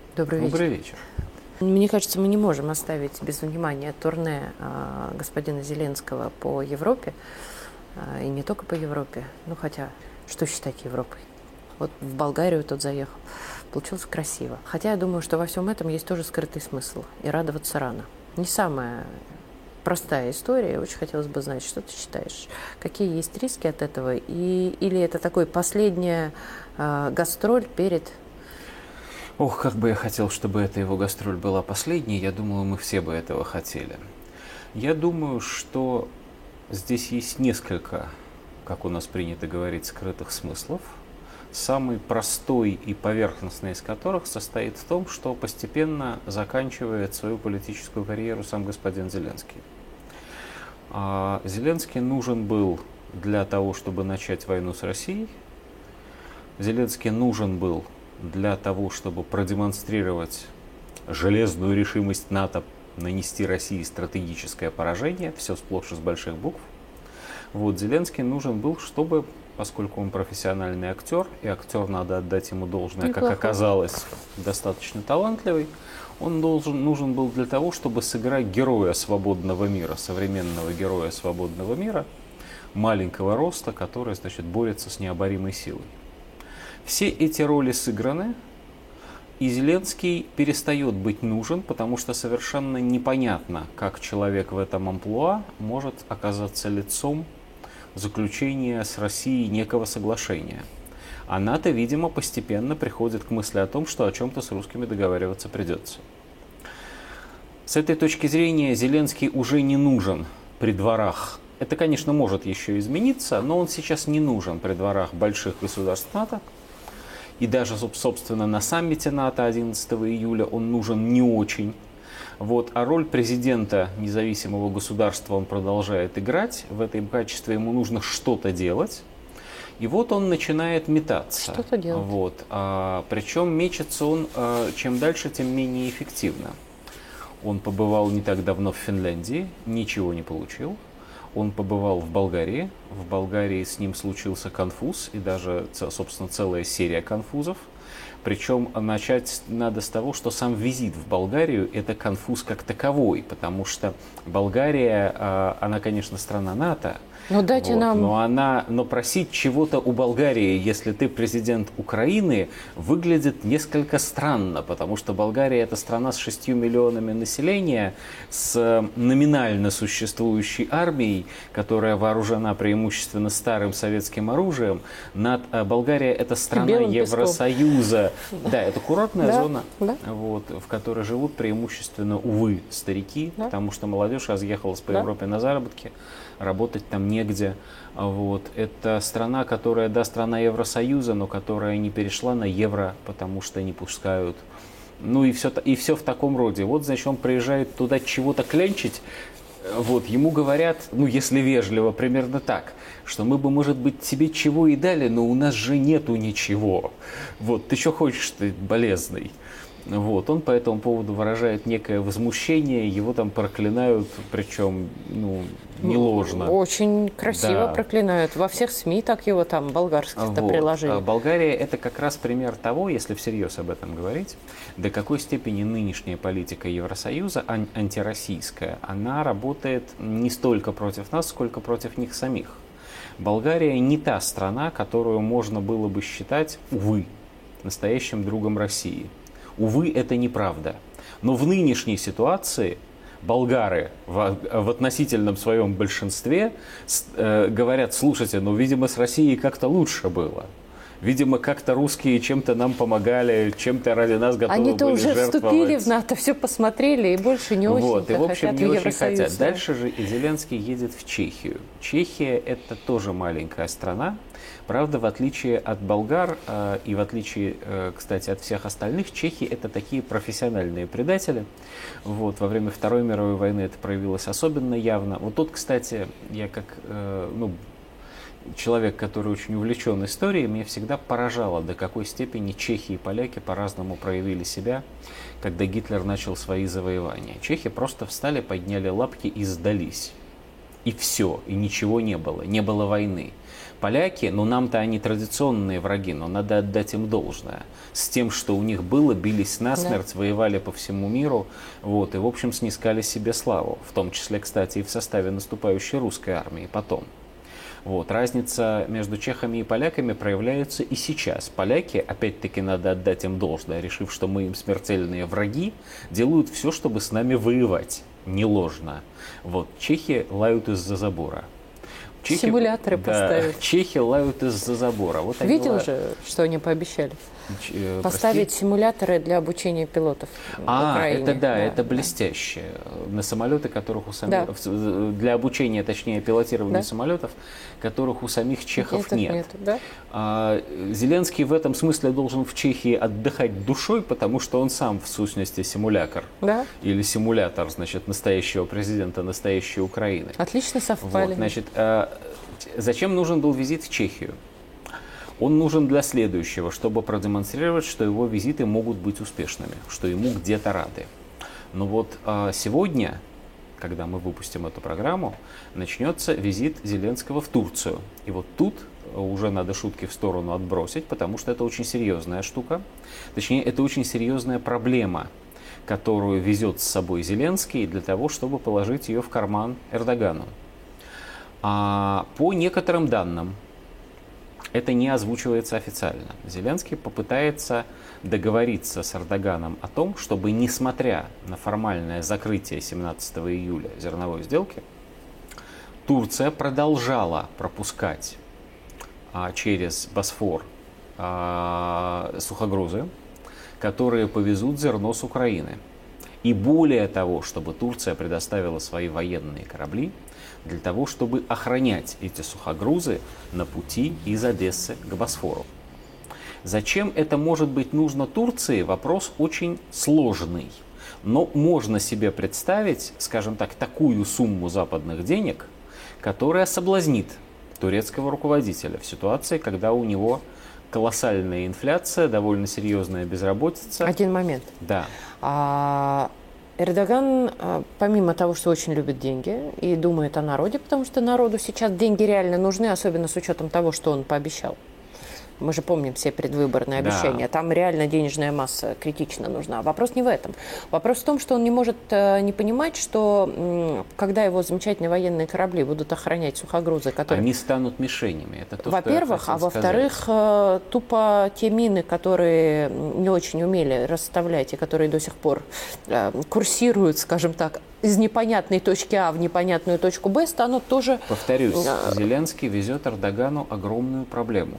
Добрый вечер. Добрый вечер. Мне кажется, мы не можем оставить без внимания турне господина Зеленского по Европе, и не только по Европе, ну хотя, что считать Европой? Вот в Болгарию тот заехал, получилось красиво. Хотя я думаю, что во всем этом есть тоже скрытый смысл, и радоваться рано. Не самая простая история, очень хотелось бы знать, что ты считаешь, какие есть риски от этого, или это такой последняя гастроль перед... Ох, как бы я хотел, чтобы эта его гастроль была последней. Я думаю, мы все бы этого хотели. Я думаю, что здесь есть несколько, как у нас принято говорить, скрытых смыслов. Самый простой и поверхностный из которых состоит в том, что постепенно заканчивает свою политическую карьеру сам господин Зеленский. Зеленский нужен был для того, чтобы начать войну с Россией. Зеленский нужен был для того, чтобы продемонстрировать железную решимость НАТО нанести России стратегическое поражение, все сплошь из больших букв. Зеленский нужен был, чтобы, поскольку он профессиональный актер, и актер, надо отдать ему должное, Неплохо. как оказалось, достаточно талантливый, он нужен был для того, чтобы сыграть героя свободного мира, современного героя свободного мира, маленького роста, который, борется с необоримой силой. Все эти роли сыграны, и Зеленский перестает быть нужен, потому что совершенно непонятно, как человек в этом амплуа может оказаться лицом заключения с Россией некого соглашения. А НАТО, видимо, постепенно приходит к мысли о том, что о чем-то с русскими договариваться придется. С этой точки зрения Зеленский уже не нужен при дворах. Это, конечно, может еще измениться, но он сейчас не нужен при дворах больших государств НАТО. И даже, собственно, на саммите НАТО 11 июля он нужен не очень. А роль президента независимого государства он продолжает играть. В этом качестве ему нужно что-то делать. И он начинает метаться. Что-то делать. Причем мечется он чем дальше, тем менее эффективно. Он побывал не так давно в Финляндии, ничего не получил. Он побывал в Болгарии. В Болгарии с ним случился конфуз и даже, собственно, целая серия конфузов. Причем начать надо с того, что сам визит в Болгарию – это конфуз как таковой, потому что Болгария, она, конечно, страна НАТО, Ну дайте нам... но просить чего-то у Болгарии, если ты президент Украины, выглядит несколько странно, потому что Болгария – это страна с 6 миллионами населения, с номинально существующей армией, которая вооружена преимущественно старым советским оружием. Болгария – это страна Евросоюза. Да, это курортная зона, в которой живут преимущественно, увы, старики, потому что молодежь разъехалась по Европе на заработки, работать там негде. Это страна, страна Евросоюза, но которая не перешла на евро, потому что не пускают. И все в таком роде. Он приезжает туда чего-то клянчить. Ему говорят, если вежливо, примерно так, что мы бы, может быть, тебе чего и дали, но у нас же нету ничего. Ты что хочешь, ты болезный? Он по этому поводу выражает некое возмущение, его там проклинают, причем, не ложно. Очень красиво проклинают. Во всех СМИ так его там болгарских-то приложили. Болгария – это как раз пример того, если всерьез об этом говорить, до какой степени нынешняя политика Евросоюза, антироссийская, она работает не столько против нас, сколько против них самих. Болгария не та страна, которую можно было бы считать, увы, настоящим другом России. Увы, это неправда. Но в нынешней ситуации болгары в относительном своем большинстве говорят: слушайте, видимо, с Россией как-то лучше было. Видимо, как-то русские чем-то нам помогали, чем-то ради нас готовы Они-то были уже жертвовать. вступили в НАТО, все посмотрели и больше не очень И, в общем, хотят не в очень Евросоюз. хотят. Дальше же и Зеленский едет в Чехию. Чехия – это тоже маленькая страна. Правда, в отличие от болгар и в отличие, кстати, от всех остальных, чехи – это такие профессиональные предатели. Во время Второй мировой войны это проявилось особенно явно. Тут, кстати, я как человек, который очень увлечен историей, меня всегда поражало, до какой степени чехи и поляки по-разному проявили себя, когда Гитлер начал свои завоевания. Чехи просто встали, подняли лапки и сдались. И все, и ничего не было, не было войны. Поляки, ну нам-то они традиционные враги, но надо отдать им должное. С тем, что у них было, бились насмерть, воевали по всему миру, вот, и, в общем, снискали себе славу. В том числе, кстати, и в составе наступающей русской армии потом. Вот, разница между чехами и поляками проявляется и сейчас. Поляки, опять-таки, надо отдать им должное, решив, что мы им смертельные враги, делают все, чтобы с нами воевать. Не ложно. Вот, чехи лают из-за забора. Симуляторы поставить. Чехи лают из-за забора. Вот Видел же, что они пообещали? Поставить симуляторы для обучения пилотов в Украине. Это да, это блестяще. На самолеты, которых у самих... Для обучения, точнее, пилотирования самолетов, которых у самих чехов нет. Зеленский в этом смысле должен в Чехии отдыхать душой, потому что он сам, в сущности, симулятор. Да. Или симулятор, значит, настоящего президента, настоящей Украины. Отлично совпали. Вот, значит, зачем нужен был визит в Чехию? Он нужен для следующего, чтобы продемонстрировать, что его визиты могут быть успешными, что ему где-то рады. Но вот сегодня, когда мы выпустим эту программу, начнется визит Зеленского в Турцию. И вот тут уже надо шутки в сторону отбросить, потому что это очень серьезная штука. Точнее, это очень серьезная проблема, которую везет с собой Зеленский для того, чтобы положить ее в карман Эрдогану. По некоторым данным, это не озвучивается официально. Зеленский попытается договориться с Эрдоганом о том, чтобы, несмотря на формальное закрытие 17 июля зерновой сделки, Турция продолжала пропускать через Босфор сухогрузы, которые повезут зерно с Украины. И более того, чтобы Турция предоставила свои военные корабли для того, чтобы охранять эти сухогрузы на пути из Одессы к Босфору. Зачем это может быть нужно Турции? Вопрос очень сложный. Но можно себе представить, скажем так, такую сумму западных денег, которая соблазнит турецкого руководителя в ситуации, когда у него колоссальная инфляция, довольно серьезная безработица. Один момент. Да. Эрдоган, помимо того, что очень любит деньги и думает о народе, потому что народу сейчас деньги реально нужны, особенно с учетом того, что он пообещал. Мы же помним все предвыборные обещания. Да. Там реально денежная масса критично нужна. Вопрос не в этом. Вопрос в том, что он не может не понимать, что когда его замечательные военные корабли будут охранять сухогрузы, которые... Они станут мишенями. Это то, во-первых, во-вторых, тупо те мины, которые не очень умели расставлять и которые до сих пор курсируют, скажем так, из непонятной точки А в непонятную точку Б, станут тоже... Повторюсь, Зеленский везет Эрдогану огромную проблему.